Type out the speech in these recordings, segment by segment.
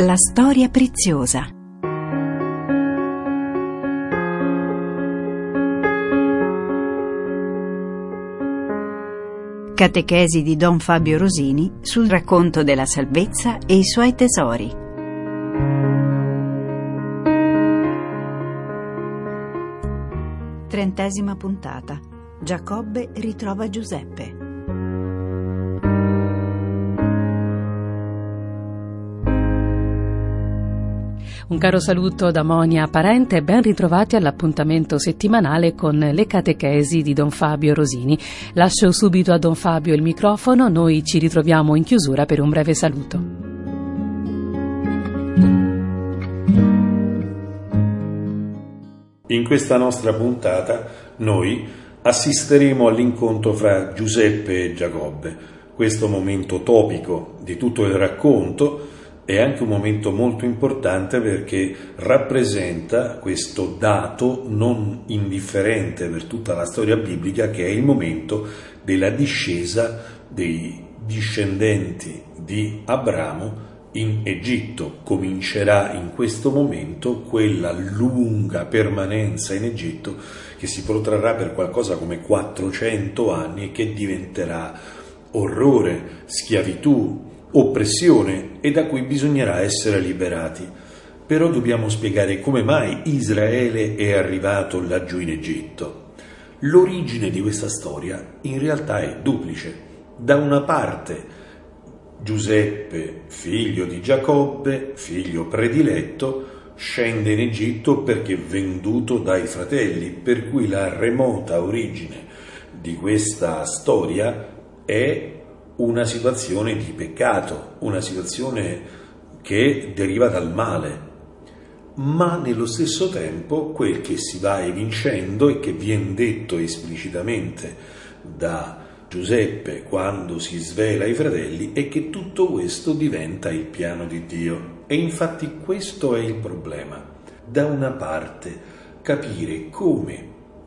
La storia preziosa. Catechesi di Don Fabio Rosini sul racconto della salvezza e i suoi tesori. Trentesima puntata. Giacobbe ritrova Giuseppe. Un caro saluto da Monia Parente e ben ritrovati all'appuntamento settimanale con le catechesi di Don Fabio Rosini. Lascio subito a Don Fabio il microfono, noi ci ritroviamo in chiusura per un breve saluto. In questa nostra puntata noi assisteremo all'incontro fra Giuseppe e Giacobbe. Questo momento topico di tutto il racconto è anche un momento molto importante perché rappresenta questo dato non indifferente per tutta la storia biblica, che è il momento della discesa dei discendenti di Abramo in Egitto. Comincerà in questo momento quella lunga permanenza in Egitto che si protrarrà per qualcosa come 400 anni e che diventerà orrore, schiavitù, oppressione, e da cui bisognerà essere liberati. Però dobbiamo spiegare come mai Israele è arrivato laggiù in Egitto. L'origine di questa storia in realtà è duplice. Da una parte Giuseppe, figlio di Giacobbe, figlio prediletto, scende in Egitto perché venduto dai fratelli, per cui la remota origine di questa storia è una situazione di peccato, una situazione che deriva dal male. Ma nello stesso tempo quel che si va evincendo e che viene detto esplicitamente da Giuseppe quando si svela ai fratelli è che tutto questo diventa il piano di Dio. E infatti questo è il problema. Da una parte capire come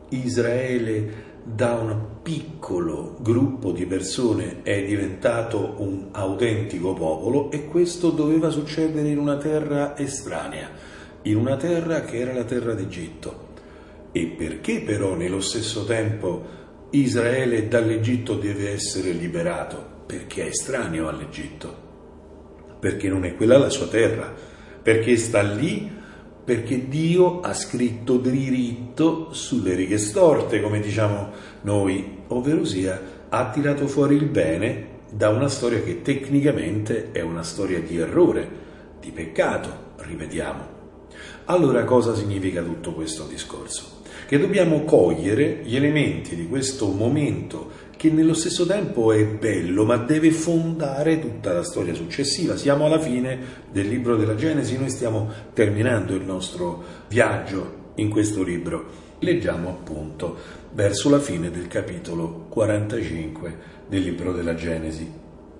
Israele da un piccolo gruppo di persone è diventato un autentico popolo, e questo doveva succedere in una terra estranea, in una terra che era la terra d'Egitto. E perché però nello stesso tempo Israele dall'Egitto deve essere liberato? Perché è estraneo all'Egitto, perché non è quella la sua terra, perché sta lì, perché Dio ha scritto diritto sulle righe storte, come diciamo noi, ovvero sia ha tirato fuori il bene da una storia che tecnicamente è una storia di errore, di peccato, ripetiamo. Allora cosa significa tutto questo discorso? Che dobbiamo cogliere gli elementi di questo momento che nello stesso tempo è bello, ma deve fondare tutta la storia successiva. Siamo alla fine del libro della Genesi, noi stiamo terminando il nostro viaggio in questo libro. Leggiamo appunto verso la fine del capitolo 45 del libro della Genesi.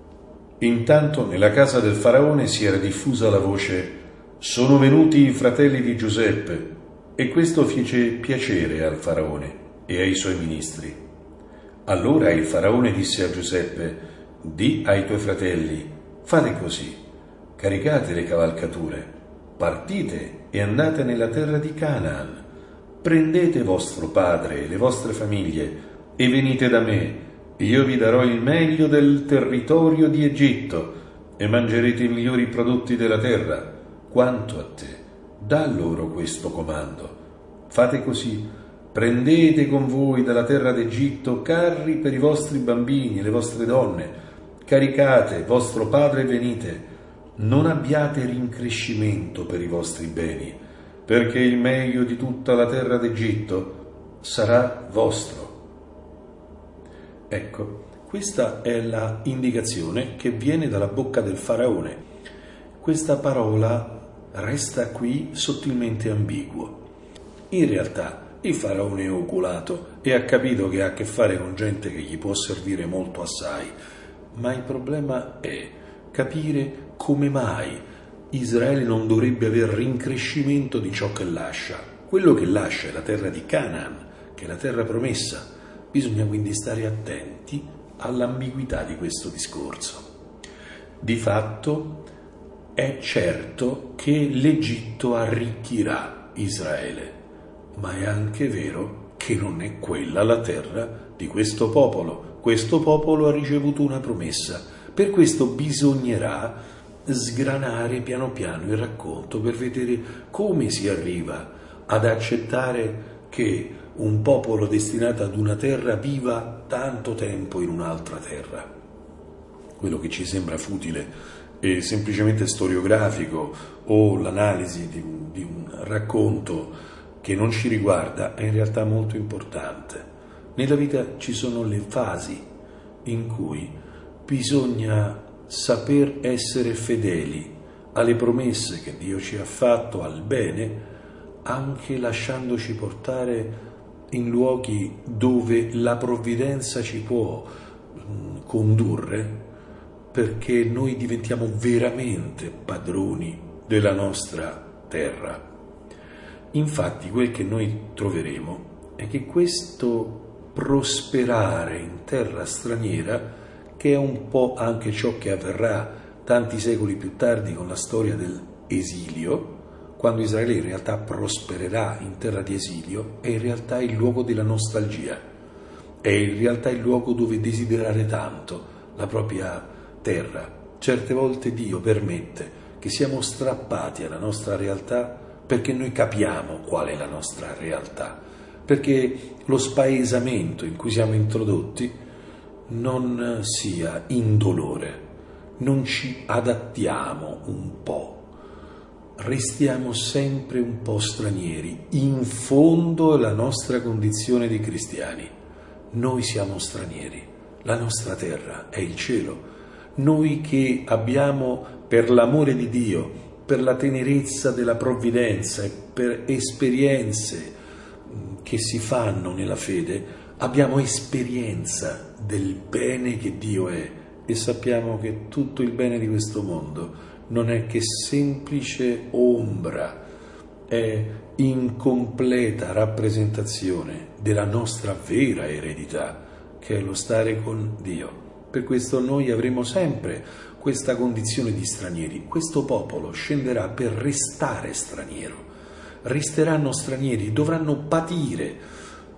Intanto nella casa del faraone si era diffusa la voce: «Sono venuti i fratelli di Giuseppe», e questo fece piacere al faraone e ai suoi ministri. Allora il faraone disse a Giuseppe: «Di ai tuoi fratelli, fate così, caricate le cavalcature, partite e andate nella terra di Canaan, prendete vostro padre e le vostre famiglie e venite da me, io vi darò il meglio del territorio di Egitto e mangerete i migliori prodotti della terra. Quanto a te, dà loro questo comando, fate così. Prendete con voi dalla terra d'Egitto carri per i vostri bambini e le vostre donne, caricate vostro padre e venite, non abbiate rincrescimento per i vostri beni, perché il meglio di tutta la terra d'Egitto sarà vostro». Ecco, questa è la indicazione che viene dalla bocca del faraone. Questa parola resta qui sottilmente ambiguo. In realtà il faraone è oculato e ha capito che ha a che fare con gente che gli può servire molto assai, ma il problema è capire come mai Israele non dovrebbe aver rincrescimento di ciò che lascia. Quello che lascia è la terra di Canaan, che è la terra promessa. Bisogna quindi stare attenti all'ambiguità di questo discorso. Di fatto è certo che l'Egitto arricchirà Israele, ma è anche vero che non è quella la terra di questo popolo. Questo popolo ha ricevuto una promessa, per questo bisognerà sgranare piano piano il racconto per vedere come si arriva ad accettare che un popolo destinato ad una terra viva tanto tempo in un'altra terra. Quello che ci sembra futile e semplicemente storiografico o l'analisi di un racconto che non ci riguarda è in realtà molto importante. Nella vita ci sono le fasi in cui bisogna saper essere fedeli alle promesse che Dio ci ha fatto, al bene, anche lasciandoci portare in luoghi dove la provvidenza ci può condurre, perché noi diventiamo veramente padroni della nostra terra. Infatti quel che noi troveremo è che questo prosperare in terra straniera, che è un po' anche ciò che avverrà tanti secoli più tardi con la storia dell'esilio, quando Israele in realtà prospererà in terra di esilio, è in realtà il luogo della nostalgia, è in realtà il luogo dove desiderare tanto la propria terra. Certe volte Dio permette che siamo strappati alla nostra realtà perché noi capiamo qual è la nostra realtà, perché lo spaesamento in cui siamo introdotti non sia indolore, non ci adattiamo un po', restiamo sempre un po' stranieri. In fondo è la nostra condizione di cristiani. Noi siamo stranieri, la nostra terra è il cielo. Noi che abbiamo, per l'amore di Dio, per la tenerezza della provvidenza e per esperienze che si fanno nella fede, abbiamo esperienza del bene che Dio è e sappiamo che tutto il bene di questo mondo non è che semplice ombra, è incompleta rappresentazione della nostra vera eredità, che è lo stare con Dio. Per questo noi avremo sempre questa condizione di stranieri. Questo popolo scenderà per restare straniero. Resteranno stranieri, dovranno patire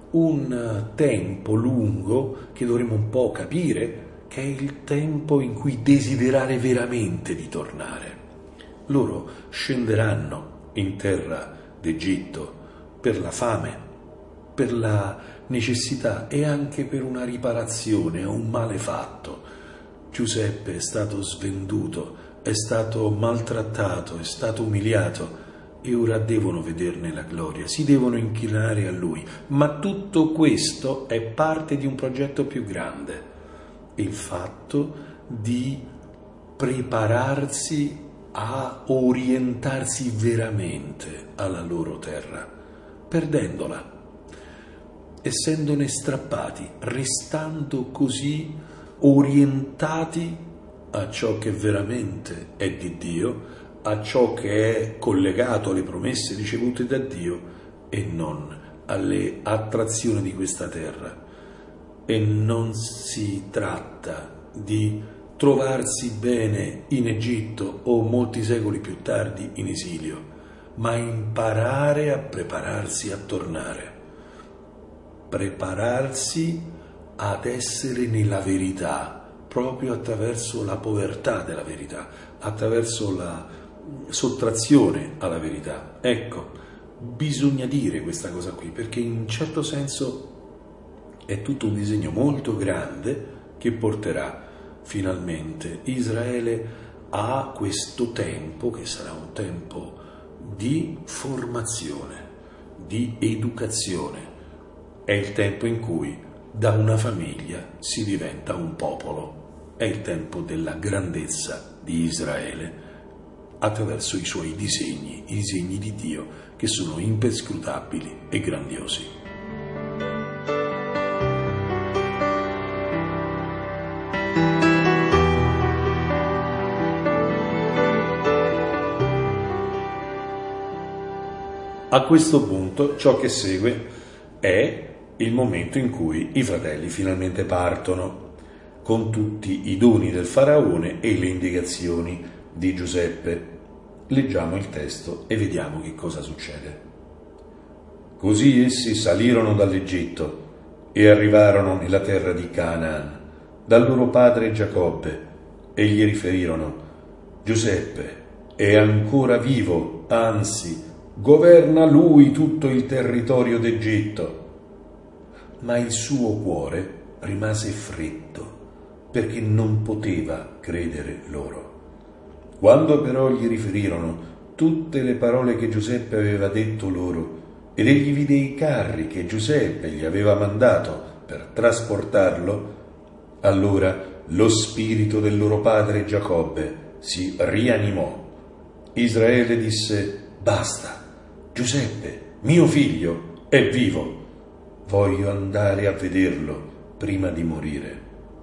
un tempo lungo che dovremo un po' capire, che è il tempo in cui desiderare veramente di tornare. Loro scenderanno in terra d'Egitto per la fame, per la necessità e anche per una riparazione a un male fatto. Giuseppe è stato svenduto, è stato maltrattato, è stato umiliato e ora devono vederne la gloria, si devono inchinare a lui. Ma tutto questo è parte di un progetto più grande, il fatto di prepararsi a orientarsi veramente alla loro terra, perdendola, essendone strappati, restando così orientati a ciò che veramente è di Dio, a ciò che è collegato alle promesse ricevute da Dio e non alle attrazioni di questa terra. E non si tratta di trovarsi bene in Egitto o molti secoli più tardi in esilio, ma imparare a prepararsi a tornare, prepararsi ad essere nella verità, proprio attraverso la povertà della verità, attraverso la sottrazione alla verità. Ecco, bisogna dire questa cosa qui, perché in un certo senso è tutto un disegno molto grande che porterà finalmente Israele a questo tempo, che sarà un tempo di formazione, di educazione. È il tempo in cui da una famiglia si diventa un popolo. È il tempo della grandezza di Israele attraverso i suoi disegni, i disegni di Dio, che sono imperscrutabili e grandiosi. A questo punto ciò che segue è il momento in cui i fratelli finalmente partono con tutti i doni del faraone e le indicazioni di Giuseppe. Leggiamo il testo e vediamo che cosa succede. Così essi salirono dall'Egitto e arrivarono nella terra di Canaan, dal loro padre Giacobbe, e gli riferirono: Giuseppe è ancora vivo, anzi, governa lui tutto il territorio d'Egitto. Ma il suo cuore rimase freddo, perché non poteva credere loro. Quando però gli riferirono tutte le parole che Giuseppe aveva detto loro, ed egli vide i carri che Giuseppe gli aveva mandato per trasportarlo, allora lo spirito del loro padre Giacobbe si rianimò. Israele disse: basta, Giuseppe, mio figlio, è vivo. Voglio andare a vederlo prima di morire.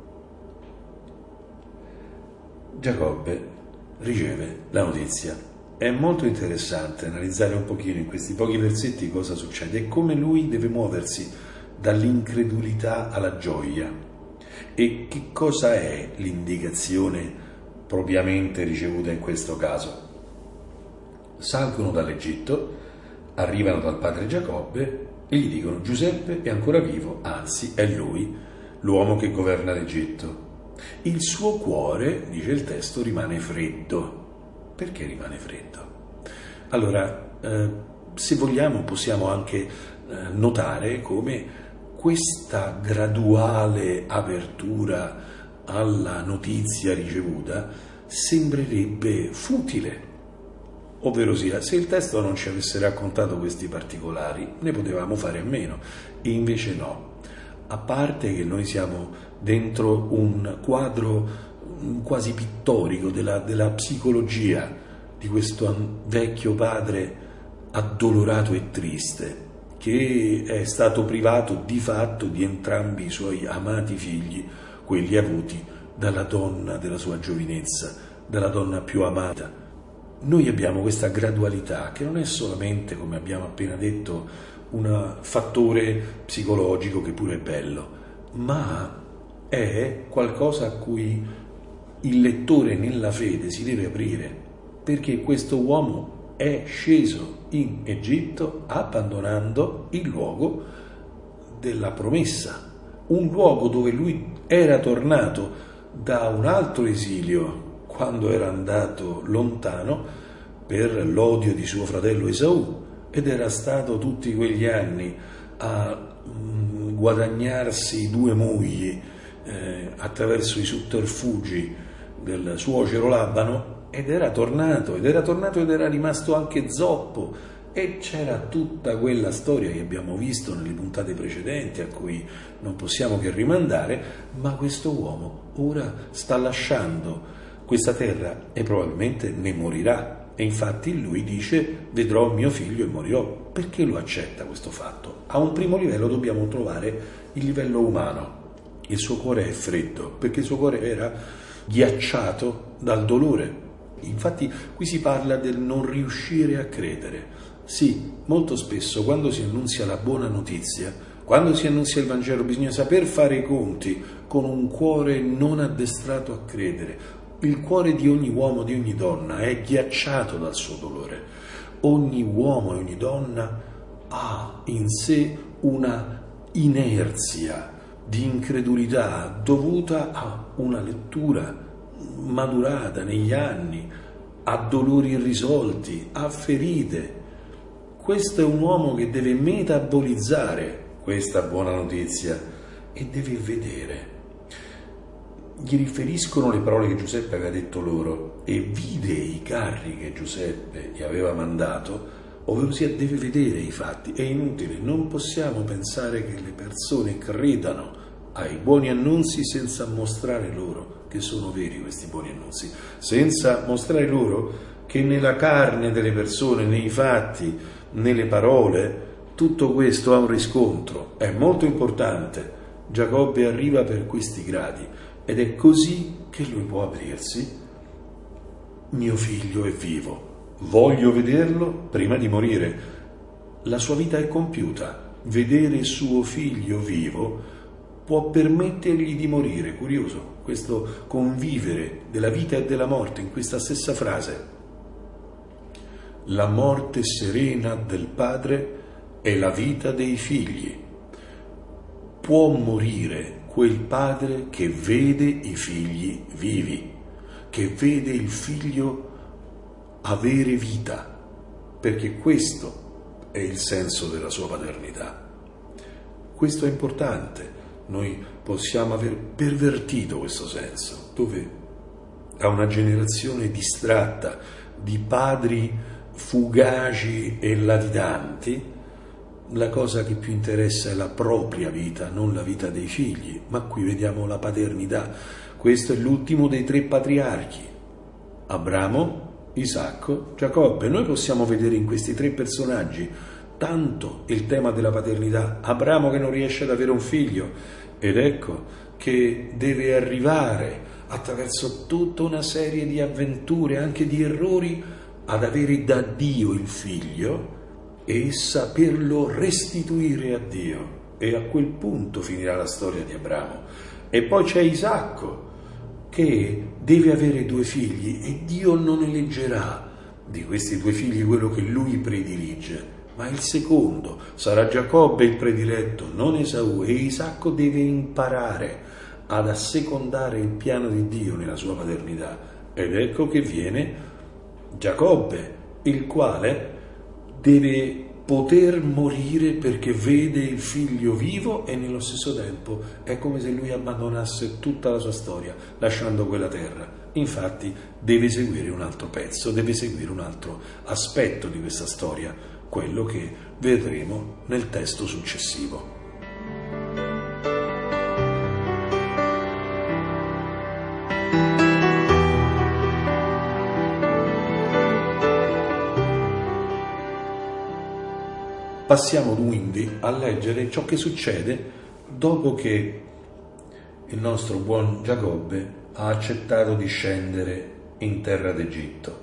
Giacobbe riceve la notizia. È molto interessante analizzare un pochino in questi pochi versetti cosa succede e come lui deve muoversi dall'incredulità alla gioia. E che cosa è l'indicazione propriamente ricevuta in questo caso? Salgono dall'Egitto, arrivano dal padre Giacobbe e gli dicono: Giuseppe è ancora vivo, anzi è lui l'uomo che governa l'Egitto. Il suo cuore, dice il testo, rimane freddo. Perché rimane freddo? Allora, se vogliamo possiamo anche notare come questa graduale apertura alla notizia ricevuta sembrerebbe futile. Ovvero sia, se il testo non ci avesse raccontato questi particolari, ne potevamo fare a meno, e invece no. A parte che noi siamo dentro un quadro quasi pittorico della psicologia di questo vecchio padre addolorato e triste, che è stato privato di fatto di entrambi i suoi amati figli, quelli avuti dalla donna della sua giovinezza, dalla donna più amata. Noi abbiamo questa gradualità che non è solamente, come abbiamo appena detto, un fattore psicologico che pure è bello, ma è qualcosa a cui il lettore nella fede si deve aprire, perché questo uomo è sceso in Egitto abbandonando il luogo della promessa, un luogo dove lui era tornato da un altro esilio quando era andato lontano per l'odio di suo fratello Esaù, ed era stato tutti quegli anni a guadagnarsi 2 mogli attraverso i sotterfugi del suocero Labano, ed era tornato ed era rimasto anche zoppo, e c'era tutta quella storia che abbiamo visto nelle puntate precedenti, a cui non possiamo che rimandare. Ma questo uomo ora sta lasciando questa terra e probabilmente ne morirà. E infatti lui dice: vedrò mio figlio e morirò. Perché lo accetta questo fatto? A un primo livello dobbiamo trovare il livello umano. Il suo cuore è freddo, perché il suo cuore era ghiacciato dal dolore. Infatti qui si parla del non riuscire a credere. Sì, molto spesso quando si annunzia la buona notizia, quando si annunzia il Vangelo, bisogna saper fare i conti con un cuore non addestrato a credere. Il cuore di ogni uomo, di ogni donna è ghiacciato dal suo dolore. Ogni uomo e ogni donna ha in sé una inerzia di incredulità dovuta a una lettura maturata negli anni, a dolori irrisolti, a ferite. Questo è un uomo che deve metabolizzare questa buona notizia e deve vedere. Gli riferiscono le parole che Giuseppe aveva detto loro e vide i carri che Giuseppe gli aveva mandato, ovvero sia deve vedere i fatti. È inutile, non possiamo pensare che le persone credano ai buoni annunzi senza mostrare loro che sono veri questi buoni annunzi, senza mostrare loro che nella carne delle persone, nei fatti, nelle parole, tutto questo ha un riscontro. È molto importante. Giacobbe arriva per questi gradi ed è così che lui può aprirsi. Mio figlio è vivo, voglio vederlo prima di morire. La sua vita è compiuta. Vedere suo figlio vivo può permettergli di morire. Curioso, questo convivere della vita e della morte in questa stessa frase. La morte serena del padre è la vita dei figli. Può morire quel padre che vede i figli vivi, che vede il figlio avere vita, perché questo è il senso della sua paternità. Questo è importante. Noi possiamo aver pervertito questo senso, dove a una generazione distratta di padri fugaci e latitanti, la cosa che più interessa è la propria vita, non la vita dei figli. Ma qui vediamo la paternità. Questo è l'ultimo dei 3 patriarchi: Abramo, Isacco, Giacobbe. Noi possiamo vedere in questi 3 personaggi tanto il tema della paternità. Abramo che non riesce ad avere un figlio, ed ecco che deve arrivare attraverso tutta una serie di avventure, anche di errori, ad avere da Dio il figlio e saperlo restituire a Dio. E a quel punto finirà la storia di Abramo. E poi c'è Isacco che deve avere 2 figli, e Dio non eleggerà di questi 2 figli quello che lui predilige, ma il secondo. Sarà Giacobbe il prediletto, non Esaù, e Isacco deve imparare ad assecondare il piano di Dio nella sua paternità. Ed ecco che viene Giacobbe, il quale deve poter morire perché vede il figlio vivo, e nello stesso tempo è come se lui abbandonasse tutta la sua storia lasciando quella terra. Infatti deve seguire un altro pezzo, deve seguire un altro aspetto di questa storia, quello che vedremo nel testo successivo. Passiamo quindi a leggere ciò che succede dopo che il nostro buon Giacobbe ha accettato di scendere in terra d'Egitto.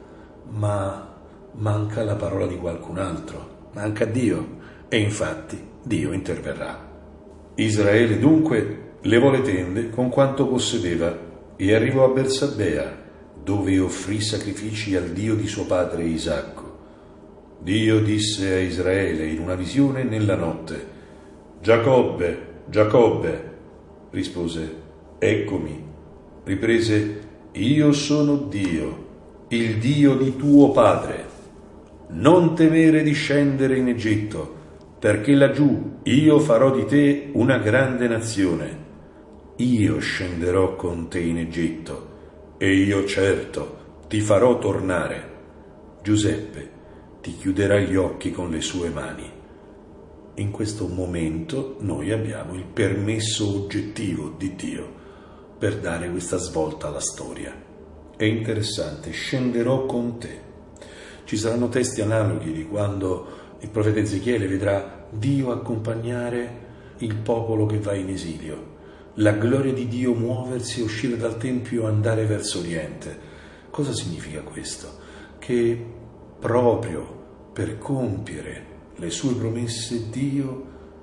Ma manca la parola di qualcun altro, manca Dio, e infatti Dio interverrà. Israele dunque levò le tende con quanto possedeva e arrivò a Bersabea, dove offrì sacrifici al Dio di suo padre Isacco. Dio disse a Israele in una visione nella notte: Giacobbe, Giacobbe. Rispose: eccomi. Riprese: io sono Dio, il Dio di tuo padre. Non temere di scendere in Egitto, perché laggiù io farò di te una grande nazione. Io scenderò con te in Egitto, e io certo ti farò tornare. Giuseppe ti chiuderà gli occhi con le sue mani. In questo momento noi abbiamo il permesso oggettivo di Dio per dare questa svolta alla storia. È interessante, scenderò con te. Ci saranno testi analoghi di quando il profeta Ezechiele vedrà Dio accompagnare il popolo che va in esilio, la gloria di Dio muoversi, uscire dal Tempio e andare verso Oriente. Cosa significa questo? Che proprio per compiere le sue promesse Dio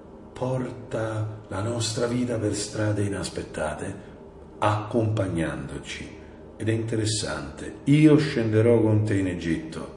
porta la nostra vita per strade inaspettate, accompagnandoci. Ed è interessante: io scenderò con te in Egitto.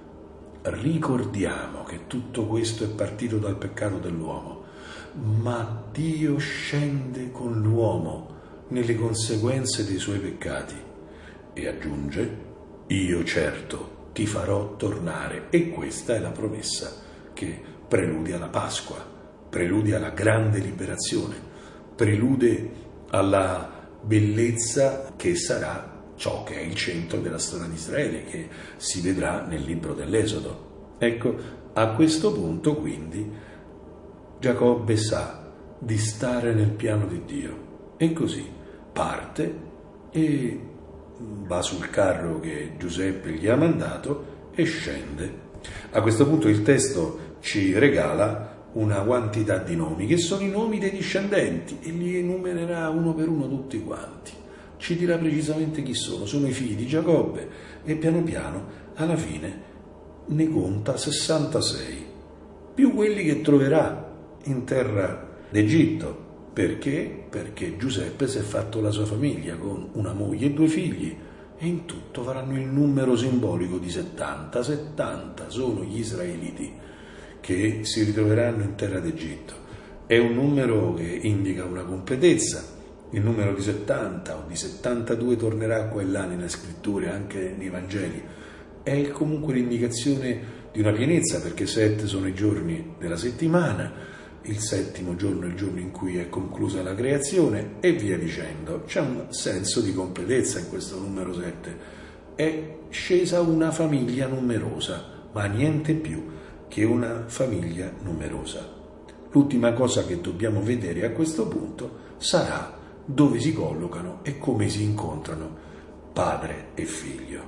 Ricordiamo che tutto questo è partito dal peccato dell'uomo, ma Dio scende con l'uomo nelle conseguenze dei suoi peccati e aggiunge: io certo ti farò tornare. E questa è la promessa che preludia la Pasqua, preludia alla grande liberazione, prelude alla bellezza che sarà ciò che è il centro della storia di Israele, che si vedrà nel libro dell'Esodo. Ecco, a questo punto quindi Giacobbe sa di stare nel piano di Dio, e così parte e va sul carro che Giuseppe gli ha mandato e scende. A questo punto il testo ci regala una quantità di nomi, che sono i nomi dei discendenti, e li enumererà uno per uno tutti quanti. Ci dirà precisamente chi sono i figli di Giacobbe, e piano piano, alla fine, ne conta 66, più quelli che troverà in terra d'Egitto. Perché? Perché Giuseppe si è fatto la sua famiglia con una moglie e 2 figli, e in tutto faranno il numero simbolico di 70. 70 sono gli israeliti che si ritroveranno in terra d'Egitto. È un numero che indica una completezza. Il numero di 70 o di 72 tornerà qua e là nelle scritture, anche nei Vangeli. È comunque l'indicazione di una pienezza, perché 7 sono i giorni della settimana, il 7° giorno è il giorno in cui è conclusa la creazione, e via dicendo. C'è un senso di completezza in questo numero 7. È scesa una famiglia numerosa, ma niente più che una famiglia numerosa. L'ultima cosa che dobbiamo vedere a questo punto sarà dove si collocano e come si incontrano padre e figlio.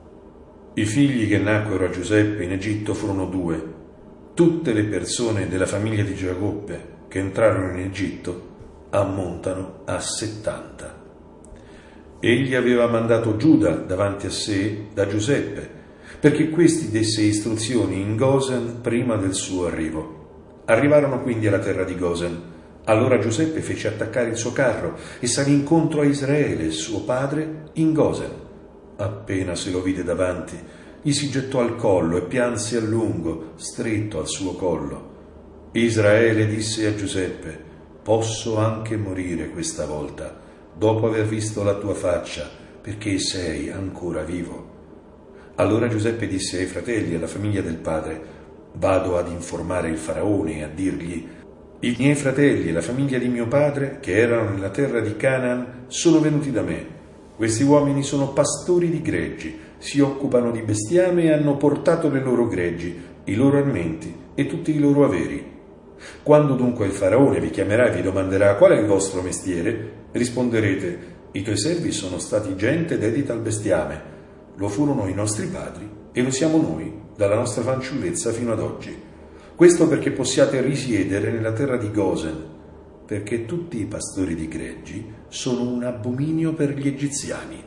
I figli che nacquero a Giuseppe in Egitto furono 2. Tutte le persone della famiglia di Giacobbe che entrarono in Egitto ammontano a 70. Egli aveva mandato Giuda davanti a sé da Giuseppe, perché questi desse istruzioni in Gosen prima del suo arrivo. Arrivarono quindi alla terra di Gosen. Allora Giuseppe fece attaccare il suo carro e salì incontro a Israele, suo padre, in Gosen. Appena se lo vide davanti, gli si gettò al collo e pianse a lungo, stretto al suo collo. Israele disse a Giuseppe: «Posso anche morire questa volta, dopo aver visto la tua faccia, perché sei ancora vivo». Allora Giuseppe disse ai fratelli e alla famiglia del padre: «Vado ad informare il faraone e a dirgli: i miei fratelli e la famiglia di mio padre, che erano nella terra di Canaan, sono venuti da me. Questi uomini sono pastori di greggi, si occupano di bestiame e hanno portato le loro greggi, i loro armenti e tutti i loro averi. Quando dunque il faraone vi chiamerà e vi domanderà: qual è il vostro mestiere? Risponderete: i tuoi servi sono stati gente dedita al bestiame. Lo furono i nostri padri e lo siamo noi, dalla nostra fanciullezza fino ad oggi. Questo perché possiate risiedere nella terra di Gosen, perché tutti i pastori di greggi sono un abominio per gli egiziani».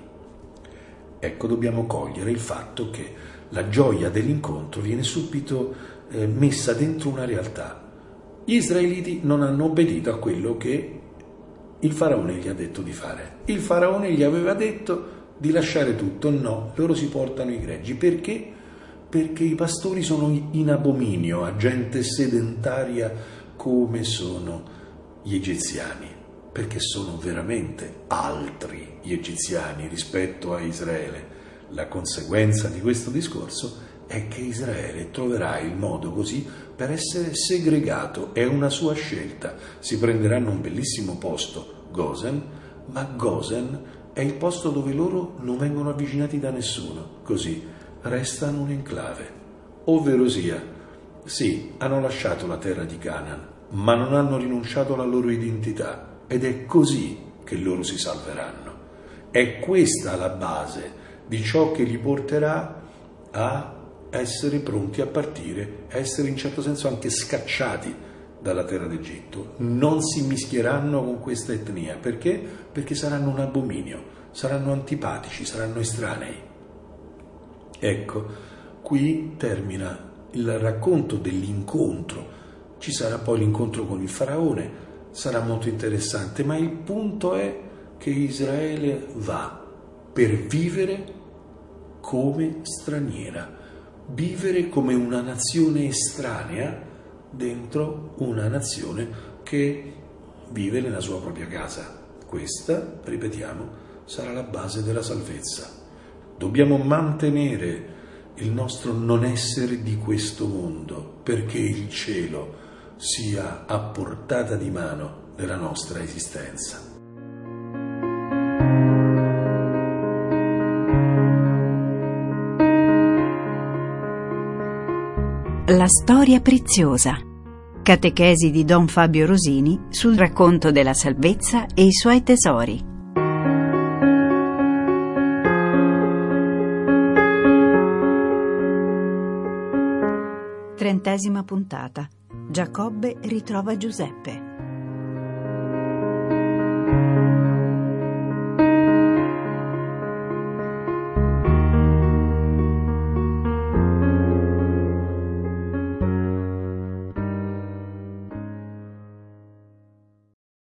Ecco, dobbiamo cogliere il fatto che la gioia dell'incontro viene subito messa dentro una realtà. Gli israeliti non hanno obbedito a quello che il faraone gli ha detto di fare. Il faraone gli aveva detto di lasciare tutto. No, loro si portano i greggi. Perché? Perché i pastori sono in abominio a gente sedentaria come sono gli egiziani, perché sono veramente altri gli egiziani rispetto a Israele. La conseguenza di questo discorso è che Israele troverà il modo così per essere segregato, è una sua scelta. Si prenderanno un bellissimo posto, Gosen, ma Gosen è il posto dove loro non vengono avvicinati da nessuno, così restano un'enclave. Ovvero sia, sì, hanno lasciato la terra di Canaan, ma non hanno rinunciato alla loro identità, ed è così che loro si salveranno. È questa la base di ciò che li porterà a essere pronti a partire, a essere in certo senso anche scacciati dalla terra d'Egitto. Non si mischieranno con questa etnia. Perché? Perché saranno un abominio, saranno antipatici, saranno estranei. Ecco, qui termina il racconto dell'incontro. Ci sarà poi l'incontro con il faraone, sarà molto interessante, ma il punto è che Israele va per vivere come straniera, vivere come una nazione estranea dentro una nazione che vive nella sua propria casa. Questa, ripetiamo, sarà la base della salvezza. Dobbiamo mantenere il nostro non essere di questo mondo, perché il cielo sia a portata di mano della nostra esistenza. La storia preziosa. Catechesi di Don Fabio Rosini sul racconto della salvezza e i suoi tesori. 30ª puntata. Giacobbe ritrova Giuseppe.